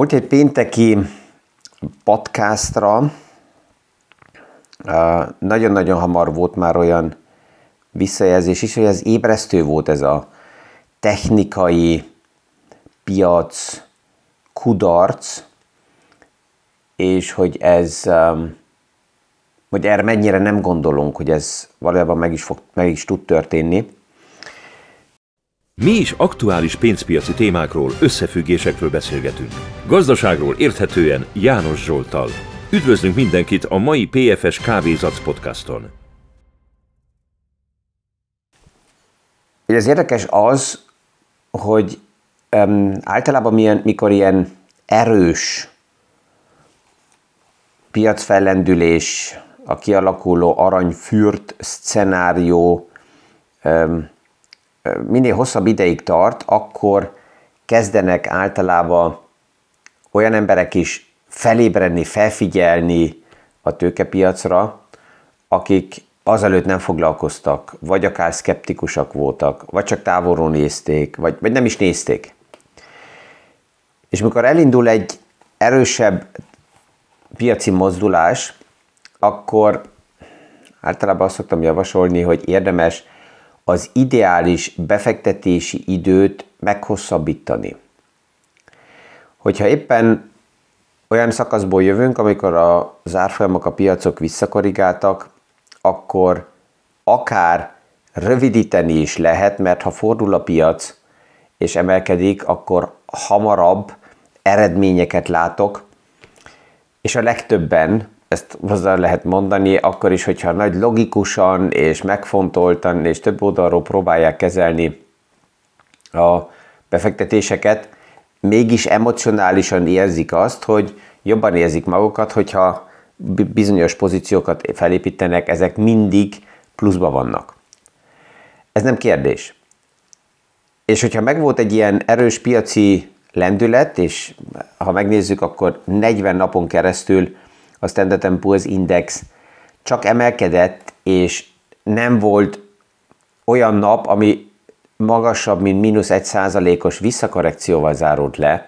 múlt hét pénteki podcastra nagyon-nagyon hamar volt már olyan visszajelzés is, hogy ez ébresztő volt, ez a technikai piac kudarc, és hogy hogy erre mennyire nem gondolunk, hogy ez valójában meg is tud történni. Mi is aktuális pénzpiaci témákról, összefüggésekről beszélgetünk. Gazdaságról érthetően János Zsolttal. Üdvözlünk mindenkit a mai PFS Kávézac podcaston. Ez érdekes az, hogy általában mikor ilyen erős piacfellendülés, a kialakuló aranyfürt szcenárió minél hosszabb ideig tart, akkor kezdenek általában olyan emberek is felébredni, felfigyelni a tőkepiacra, akik azelőtt nem foglalkoztak, vagy akár szkeptikusak voltak, vagy csak távolról nézték, vagy nem is nézték. És mikor elindul egy erősebb piaci mozdulás, akkor általában azt szoktam javasolni, hogy érdemes az ideális befektetési időt meghosszabbítani. Hogyha éppen olyan szakaszból jövünk, amikor az árfolyamok, a piacok visszakorrigáltak, akkor akár rövidíteni is lehet, mert ha fordul a piac és emelkedik, akkor hamarabb eredményeket látok, és a legtöbben, ezt hozzá lehet mondani, akkor is, hogyha nagy logikusan és megfontoltan és több oldalról próbálják kezelni a befektetéseket, mégis emocionálisan érzik azt, hogy jobban érzik magukat, hogyha bizonyos pozíciókat felépítenek, ezek mindig pluszban vannak. Ez nem kérdés. És hogyha megvolt egy ilyen erős piaci lendület, és ha megnézzük, akkor 40 napon keresztül a Standard & Poor's Index csak emelkedett, és nem volt olyan nap, ami magasabb, mint -1%-os visszakorrekcióval zárult le.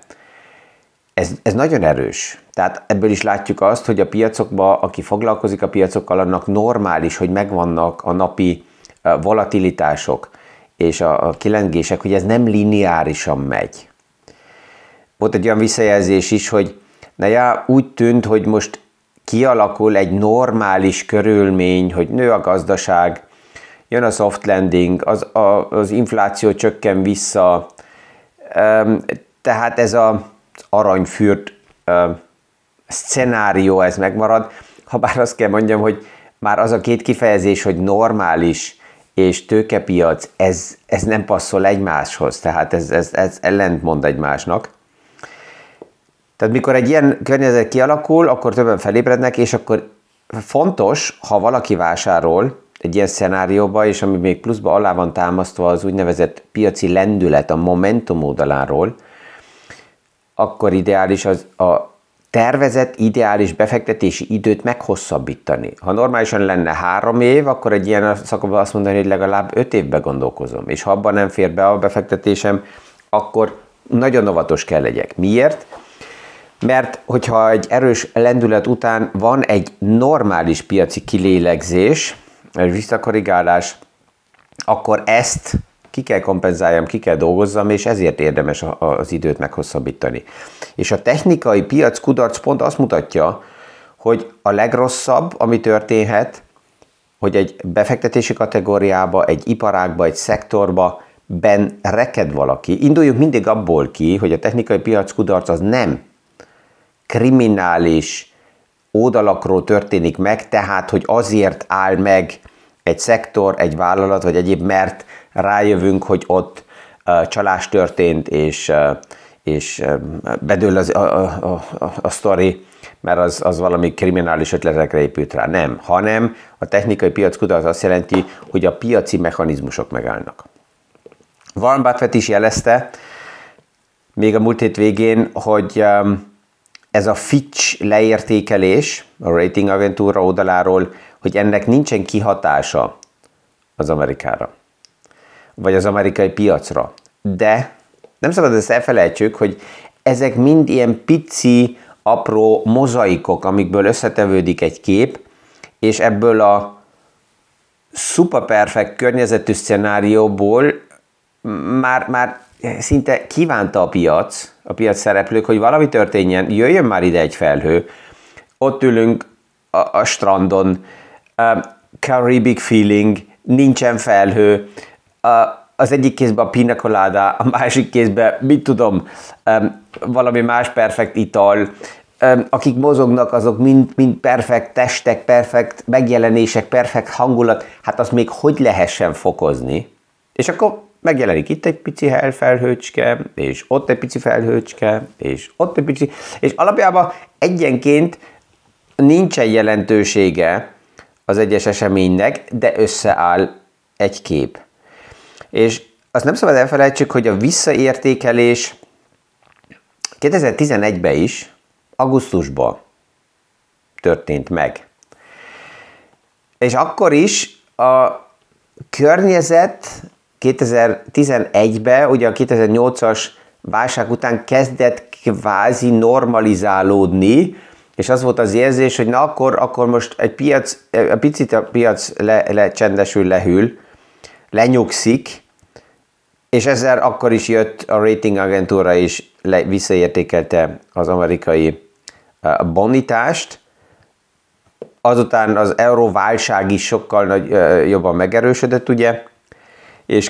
Ez nagyon erős. Tehát ebből is látjuk azt, hogy a piacokban, aki foglalkozik a piacokkal, annak normális, hogy megvannak a napi volatilitások és a kilengések, hogy ez nem lineárisan megy. Volt egy olyan visszajelzés is, hogy úgy tűnt, hogy most kialakul egy normális körülmény, hogy nő a gazdaság, jön a soft landing, az infláció csökken vissza, tehát ez az aranyfürt szcenárió, ez megmarad. Habár azt kell mondjam, hogy már az a két kifejezés, hogy normális és tőkepiac, ez nem passzol egymáshoz, tehát ez ellentmond egymásnak. Tehát mikor egy ilyen környezet kialakul, akkor többen felébrednek, és akkor fontos, ha valaki vásárol egy ilyen szenárióba, és ami még pluszba alá van támasztva az úgynevezett piaci lendület a momentum oldaláról, akkor ideális a tervezett ideális befektetési időt meghosszabbítani. Ha normálisan lenne 3 év, akkor egy ilyen szakban azt mondani, hogy legalább 5 évbe gondolkozom. És ha abban nem fér be a befektetésem, akkor nagyon óvatos kell legyek. Miért? Mert hogyha egy erős lendület után van egy normális piaci kilélegzés, egy visszakorrigálás, akkor ezt ki kell kompenzáljam, ki kell dolgozzam, és ezért érdemes az időt meghosszabbítani. És a technikai piac kudarc pont azt mutatja, hogy a legrosszabb, ami történhet, hogy egy befektetési kategóriába, egy iparágba, egy szektorba reked valaki. Induljunk mindig abból ki, hogy a technikai piac kudarc az nem kriminális oldalakról történik meg, tehát, hogy azért áll meg egy szektor, egy vállalat, vagy egyéb, mert rájövünk, hogy ott csalás történt, és bedől a sztori, mert az valami kriminális ötletekre épült rá. Nem, hanem a technikai piac kudarc azt jelenti, hogy a piaci mechanizmusok megállnak. Warren Buffett is jelezte, még a múlt hét végén, hogy ez a Fitch leértékelés, a rating agentúra oldaláról, hogy ennek nincsen kihatása az Amerikára, vagy az amerikai piacra. De nem szabad ezt elfelejtsük, hogy ezek mind ilyen pici, apró mozaikok, amikből összetevődik egy kép, és ebből a szuperperfekt környezetű szcenárióból már szinte kívánta a piac szereplők, hogy valami történjen, jöjjön már ide egy felhő, ott ülünk a strandon, Caribbean feeling, nincsen felhő, az egyik kézben a pina colada, a másik kézben, mit tudom, valami más perfekt ital, akik mozognak, azok mind perfekt testek, perfekt megjelenések, perfekt hangulat, hát azt még hogy lehessen fokozni? És akkor megjelenik itt egy pici felhőcske, és ott egy pici felhőcske, és ott egy pici, és alapjában egyenként nincsen jelentősége az egyes eseménynek, de összeáll egy kép. És azt nem szabad elfelejtsük, hogy a visszaértékelés 2011-ben is, augusztusban történt meg. És akkor is a környezet 2011-ben, ugye a 2008-as válság után kezdett kvázi normalizálódni, és az volt az érzés, hogy na akkor most egy picit a piac lecsendesül, lehűl, lenyugszik, és ezzel akkor is jött a rating agentúra is visszaértékelte az amerikai bonitást, azután az euróválság is sokkal jobban megerősödött, ugye, és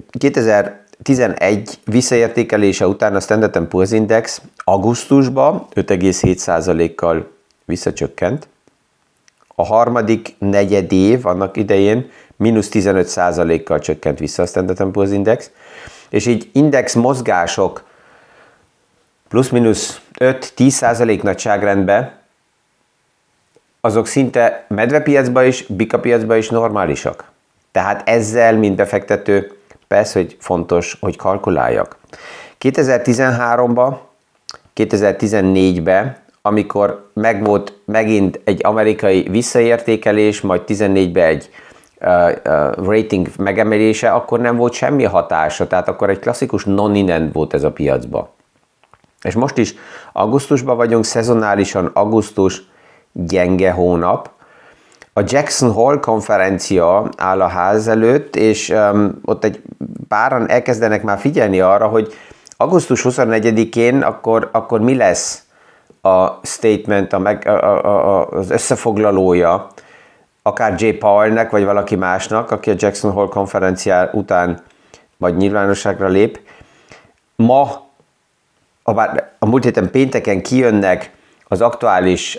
2011 visszaértékelése után a Standard & Poor's Index augusztusban 5,7%-kal visszacsökkent. A harmadik negyedév annak idején mínusz 15%-kal csökkent vissza a Standard & Poor's Index, és így index mozgások plusz-minusz 5-10% nagyságrendben azok szinte medvepiacban is, bikapiacban is normálisak. Tehát ezzel, mint befektető, persze, hogy fontos, hogy kalkuláljak. 2013-ban, 2014-ben, amikor megvolt megint egy amerikai visszaértékelés, majd 2014-ben egy rating megemelése, akkor nem volt semmi hatása, tehát akkor egy klasszikus non-inent volt ez a piacba. És most is augusztusban vagyunk, szezonálisan augusztus gyenge hónap. A Jackson Hole konferencia áll a ház előtt, és ott egy páran elkezdenek már figyelni arra, hogy augusztus 24-én akkor mi lesz a statement, az összefoglalója, akár Jay Powellnek, vagy valaki másnak, aki a Jackson Hole konferencia után vagy nyilvánosságra lép. Ma, a múlt héten pénteken kijönnek az aktuális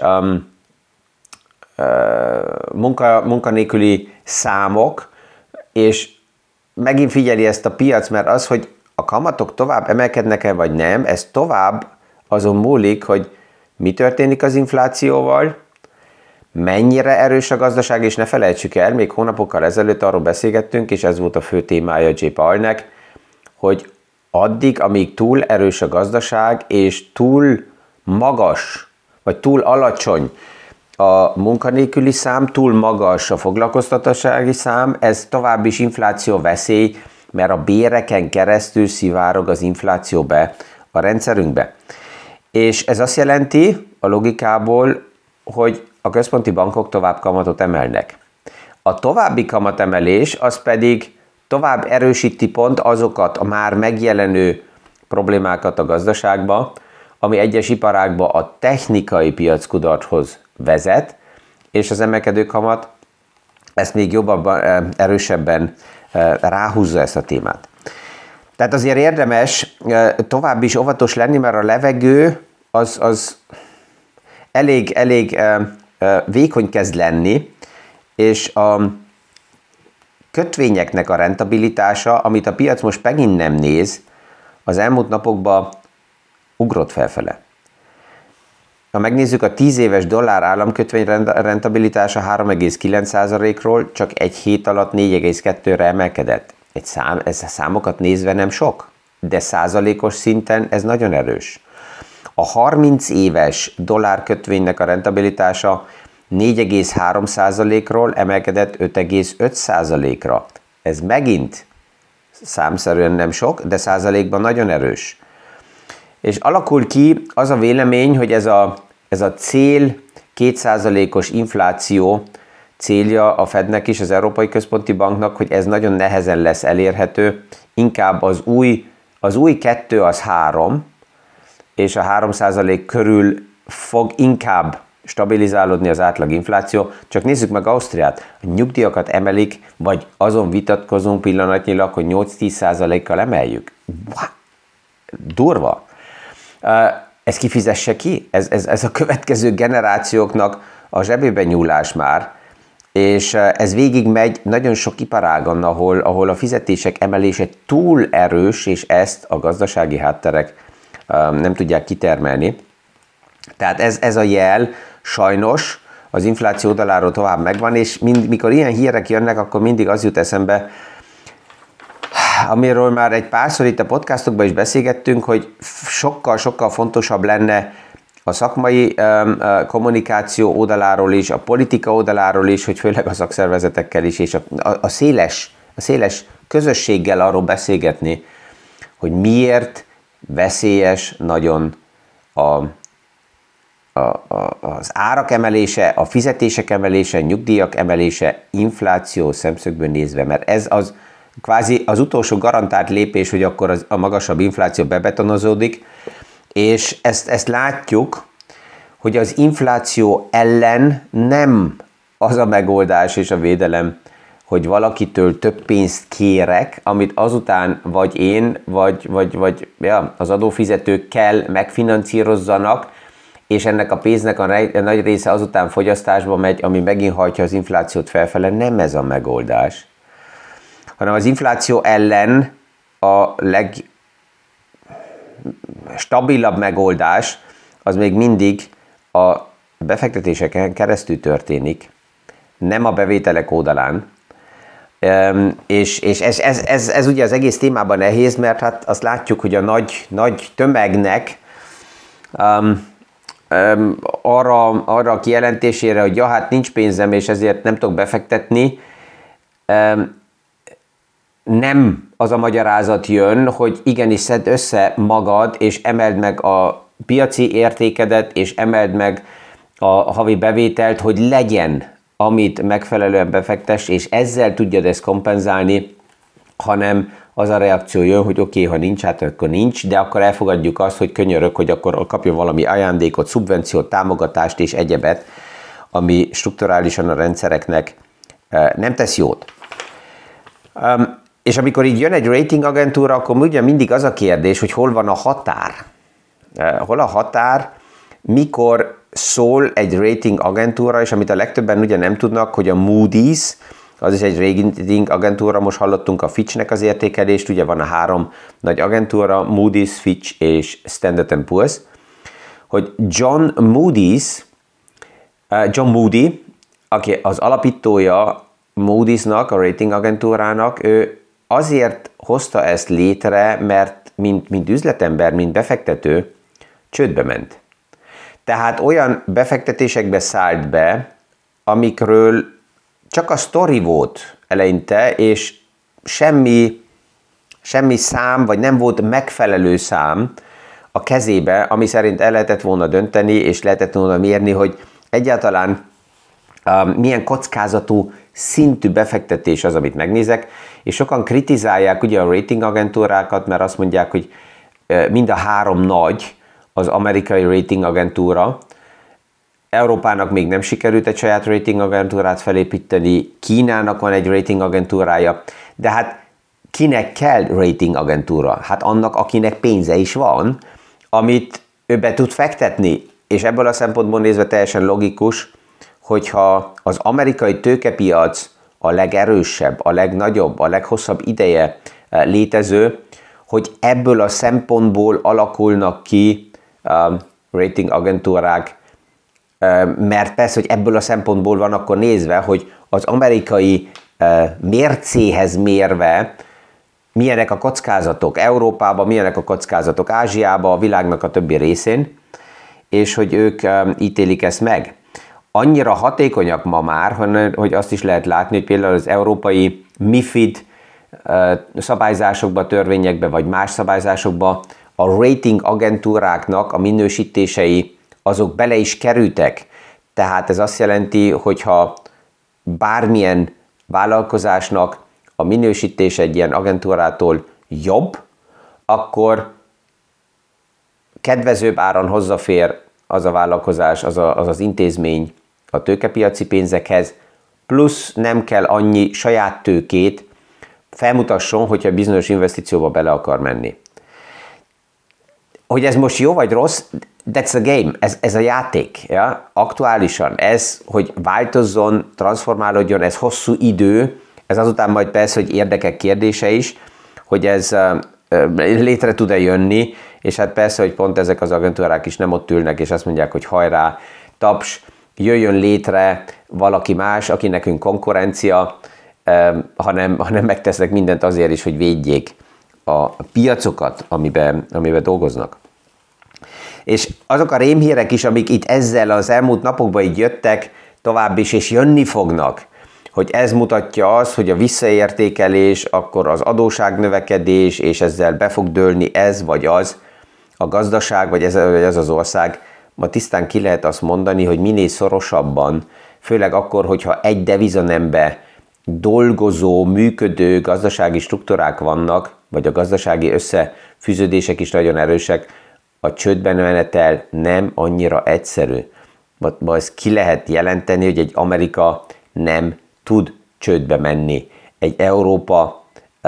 munkanélküli számok, és megint figyeli ezt a piac, mert az, hogy a kamatok tovább emelkednek-e vagy nem, ez tovább azon múlik, hogy mi történik az inflációval, mennyire erős a gazdaság, és ne felejtsük el, még hónapokkal ezelőtt arról beszélgettünk, és ez volt a fő témája Jay Powellnek, hogy addig, amíg túl erős a gazdaság, és túl magas, vagy túl alacsony a munkanélküli szám, túl magas a foglalkoztatottsági szám, ez tovább is infláció veszély, mert a béreken keresztül szivárog az infláció be a rendszerünkbe. És ez azt jelenti a logikából, hogy a központi bankok tovább kamatot emelnek. A további kamatemelés az pedig tovább erősíti pont azokat a már megjelenő problémákat a gazdaságban, ami egyes iparágban a technikai piackudarchoz vezet, és az emelkedő kamat ezt még jobban, erősebben ráhúzza ezt a témát. Tehát azért érdemes tovább is óvatos lenni, mert a levegő az elég vékony kezd lenni, és a kötvényeknek a rentabilitása, amit a piac most megint nem néz, az elmúlt napokban ugrott felfele. Ha megnézzük a 10 éves dollár államkötvény rentabilitása 3,9%-ról csak egy hét alatt 4,2-re emelkedett. Ez a számokat nézve nem sok, de százalékos szinten ez nagyon erős. A 30 éves dollárkötvénynek a rentabilitása 4,3%-ról emelkedett 5,5%-ra. Ez megint számszerűen nem sok, de százalékban nagyon erős. És alakul ki az a vélemény, hogy ez a cél 2%-os infláció célja a Fednek is, az Európai Központi Banknak, hogy ez nagyon nehezen lesz elérhető, inkább az új 2 az 3, és a 3% körül fog inkább stabilizálódni az átlag infláció. Csak nézzük meg Ausztriát, a nyugdíjakat emelik, vagy azon vitatkozunk pillanatnyilag, hogy 8-10%-kal emeljük. Durva. Ez kifizesse ki? Ez a következő generációknak a zsebébe nyúlás már, és ez végigmegy nagyon sok iparágon, ahol a fizetések emelése túl erős, és ezt a gazdasági hátterek nem tudják kitermelni. Tehát ez a jel sajnos az infláció oldaláról tovább megvan, és mikor ilyen hírek jönnek, akkor mindig az jut eszembe, amiről már egy párszor itt a podcastokban is beszélgettünk, hogy sokkal fontosabb lenne a szakmai kommunikáció oldaláról is, a politika oldaláról is, hogy főleg a szakszervezetekkel is, és a széles közösséggel arról beszélgetni, hogy miért veszélyes nagyon az árak emelése, a fizetések emelése, a nyugdíjak emelése infláció szemszögből nézve, mert ez az kvázi az utolsó garantált lépés, hogy akkor a magasabb infláció bebetonozódik, és ezt látjuk, hogy az infláció ellen nem az a megoldás és a védelem, hogy valakitől több pénzt kérek, amit azután vagy én, vagy az adófizetők kell megfinanszírozzanak, és ennek a pénznek a nagy része azután fogyasztásba megy, ami megint hajtja az inflációt felfele. Nem ez a megoldás, hanem az infláció ellen a legstabilabb megoldás az még mindig a befektetéseken keresztül történik, nem a bevételek oldalán. És ez ugye az egész témában nehéz, mert hát azt látjuk, hogy a nagy tömegnek arra a kijelentésére, hogy ja, hát nincs pénzem, és ezért nem tudok befektetni, nem az a magyarázat jön, hogy igenis szedd össze magad, és emeld meg a piaci értékedet, és emeld meg a havi bevételt, hogy legyen, amit megfelelően befektess, és ezzel tudjad ezt kompenzálni, hanem az a reakció jön, hogy oké, ha nincs, hát akkor nincs, de akkor elfogadjuk azt, hogy könyörök, hogy akkor kapjon valami ajándékot, szubvenciót, támogatást és egyebet, ami strukturálisan a rendszereknek nem tesz jót. És amikor így jön egy rating agentúra, akkor ugye mindig az a kérdés, hogy hol van a határ. Hol a határ, mikor szól egy rating agentúra, és amit a legtöbben ugye nem tudnak, hogy a Moody's, az is egy rating agentúra, most hallottunk a Fitchnek az értékelést, ugye van a 3 nagy agentúra, Moody's, Fitch és Standard & Poor's, hogy John Moody, aki az alapítója Moody'snak, a rating agentúrának, ő azért hozta ezt létre, mert mint üzletember, mint befektető csődbe ment. Tehát olyan befektetésekbe szállt be, amikről csak a sztori volt eleinte, és semmi szám, vagy nem volt megfelelő szám a kezébe, ami szerint el lehetett volna dönteni, és lehetett volna mérni, hogy egyáltalán milyen kockázatú szintű befektetés az, amit megnézek, és sokan kritizálják ugye a rating agentúrákat, mert azt mondják, hogy mind a 3 nagy az amerikai rating agentúra. Európának még nem sikerült egy saját rating agentúrát felépíteni, Kínának van egy rating agentúrája, de hát kinek kell rating agentúra? Hát annak, akinek pénze is van, amit ő be tud fektetni, és ebből a szempontból nézve teljesen logikus, hogyha az amerikai tőkepiac a legerősebb, a legnagyobb, a leghosszabb ideje létező, hogy ebből a szempontból alakulnak ki rating agentúrák, mert persze, hogy ebből a szempontból van akkor nézve, hogy az amerikai mércéhez mérve milyenek a kockázatok Európában, milyenek a kockázatok Ázsiában, a világnak a többi részén, és hogy ők ítélik ezt meg. Annyira hatékonyak ma már, hogy azt is lehet látni, hogy például az európai MiFID szabályzásokba, törvényekbe, vagy más szabályzásokba a rating agentúráknak a minősítései azok bele is kerültek. Tehát ez azt jelenti, hogyha bármilyen vállalkozásnak a minősítés egy ilyen agentúrától jobb, akkor kedvezőbb áron hozzáfér az a vállalkozás, az intézmény a tőkepiaci pénzekhez, plusz nem kell annyi saját tőkét felmutasson, hogyha bizonyos investícióba bele akar menni. Hogy ez most jó vagy rossz, that's a game, ez a játék. Ja? Aktuálisan ez, hogy változzon, transformálódjon, ez hosszú idő, ez azután majd persze, hogy érdekek kérdése is, hogy ez létre tud-e jönni, és hát persze, hogy pont ezek az agentúrák is nem ott ülnek, és azt mondják, hogy hajrá, taps, jöjjön létre valaki más, aki nekünk konkurencia, hanem megtesznek mindent azért is, hogy védjék a piacokat, amiben dolgoznak. És azok a rémhírek is, amik itt ezzel az elmúlt napokban így jöttek tovább is, és jönni fognak, hogy ez mutatja azt, hogy a visszaértékelés, akkor az adósságnövekedés, és ezzel be fog dőlni ez vagy az, a gazdaság, vagy ez az ország, ma tisztán ki lehet azt mondani, hogy minél szorosabban, főleg akkor, hogyha egy devizanembe dolgozó, működő gazdasági struktúrák vannak, vagy a gazdasági összefűződések is nagyon erősek, a csődben menetel nem annyira egyszerű. Ma ezt ki lehet jelenteni, hogy egy Amerika nem tud csődbe menni, egy Európa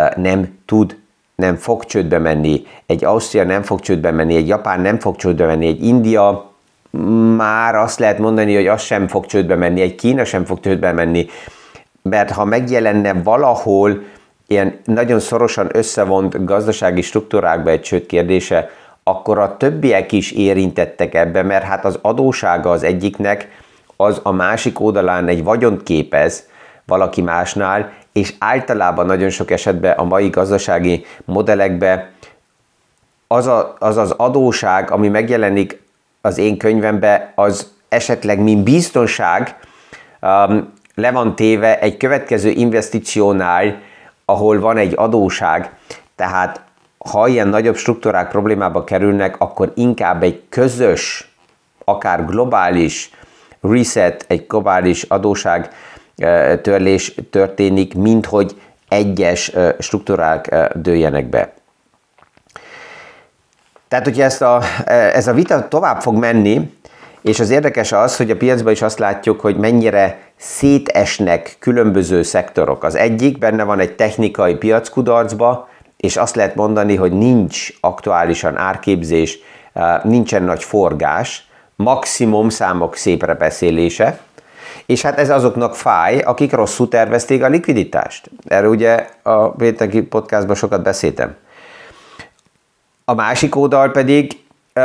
nem fog csődbe menni, egy Ausztria nem fog csődbe menni, egy Japán nem fog csődbe menni, egy India már azt lehet mondani, hogy az sem fog csődbe menni, egy Kína sem fog csődbe menni, mert ha megjelenne valahol ilyen nagyon szorosan összevont gazdasági struktúrákba egy csőd kérdése, akkor a többiek is érintettek ebbe, mert hát az adósága az egyiknek, az a másik oldalán egy vagyont képez valaki másnál, és általában nagyon sok esetben a mai gazdasági modellekben az adóság, ami megjelenik az én könyvemben, az esetleg mint biztonság le van téve egy következő investíciónál, ahol van egy adóság, tehát ha ilyen nagyobb struktúrák problémába kerülnek, akkor inkább egy közös, akár globális reset, egy globális adóság törlés történik, mint hogy egyes struktúrák dőljenek be. Tehát, hogyha ez a vita tovább fog menni, és az érdekes az, hogy a piacban is azt látjuk, hogy mennyire szétesnek különböző szektorok. Az egyik benne van egy technikai piackudarcba, és azt lehet mondani, hogy nincs aktuálisan árképzés, nincsen nagy forgás, maximum számok szépre beszélése, és hát ez azoknak fáj, akik rosszul tervezték a likviditást. Erről ugye a pénteki podcastban sokat beszéltem. A másik oldal pedig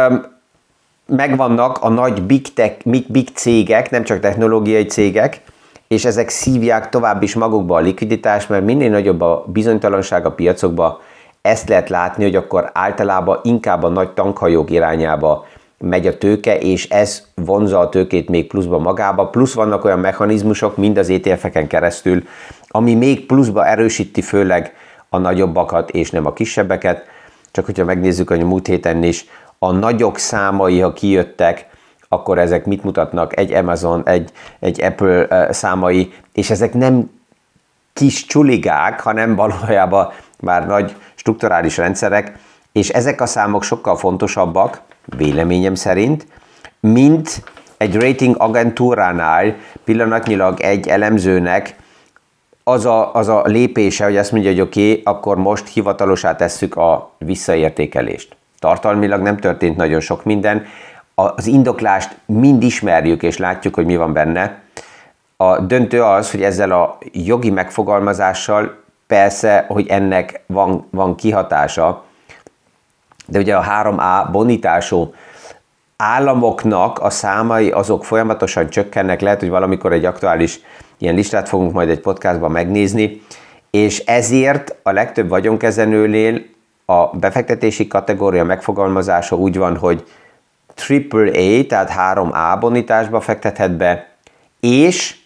megvannak a nagy big cégek, nem csak technológiai cégek, és ezek szívják tovább is magukba a likviditást, mert minél nagyobb a bizonytalanság a piacokban, ezt lehet látni, hogy akkor általában inkább a nagy tankhajók irányába megy a tőke, és ez vonzza a tőkét még pluszba magába, plusz vannak olyan mechanizmusok, mind az ETF-eken keresztül, ami még pluszba erősíti főleg a nagyobbakat, és nem a kisebbeket. Csak hogyha megnézzük, hogy a múlt héten is a nagyok számai, ha kijöttek, akkor ezek mit mutatnak? Egy Amazon, egy Apple számai, és ezek nem kis csuligák, hanem valójában már nagy strukturális rendszerek, és ezek a számok sokkal fontosabbak, véleményem szerint, mint egy rating agentúránál pillanatnyilag egy elemzőnek az a lépése, hogy azt mondja, hogy oké, akkor most hivatalosá tesszük a visszaértékelést. Tartalmilag nem történt nagyon sok minden, az indoklást mind ismerjük, és látjuk, hogy mi van benne. A döntő az, hogy ezzel a jogi megfogalmazással persze, hogy ennek van kihatása, de ugye a 3A bonitású államoknak a számai azok folyamatosan csökkennek, lehet, hogy valamikor egy aktuális ilyen listát fogunk majd egy podcastban megnézni, és ezért a legtöbb vagyonkezelőnél a befektetési kategória megfogalmazása úgy van, hogy AAA, tehát 3A bonitásba fektethet be, és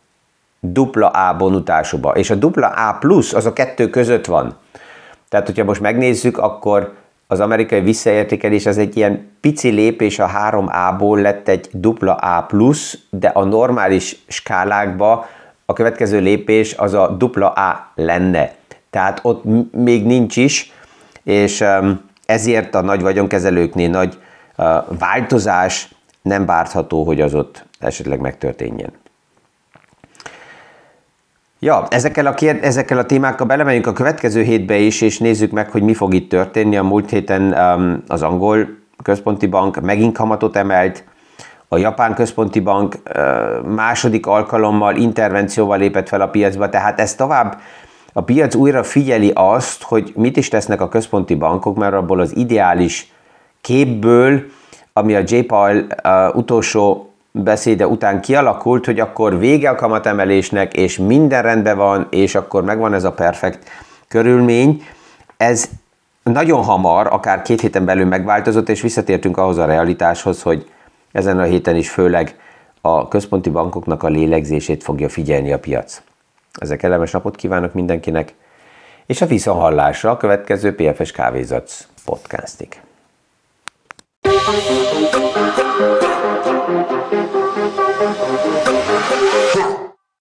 AA bonitásúba. És a AA plusz az a kettő között van. Tehát, hogyha most megnézzük, akkor az amerikai visszaértékelés az egy ilyen pici lépés a 3A-ból lett egy AA+, de a normális skálákba a következő lépés az a AA lenne. Tehát ott még nincs is, és ezért a nagy vagyonkezelőknél nagy változás nem várható, hogy az ott esetleg megtörténjen. Ja, ezekkel a témákkal belemegyünk a következő hétbe is, és nézzük meg, hogy mi fog itt történni. A múlt héten az angol központi bank megint kamatot emelt, a japán központi bank második alkalommal intervencióval lépett fel a piacba, tehát ez tovább a piac újra figyeli azt, hogy mit is tesznek a központi bankok, mert abból az ideális képből, ami a J. Powell utolsó beszéde után kialakult, hogy akkor vége a kamatemelésnek, és minden rendben van, és akkor megvan ez a perfekt körülmény. Ez nagyon hamar, akár 2 héten belül megváltozott, és visszatértünk ahhoz a realitáshoz, hogy ezen a héten is főleg a központi bankoknak a lélegzését fogja figyelni a piac. Ezzel kellemes napot kívánok mindenkinek, és a viszonthallásra a következő PFS Kávézac podcastig.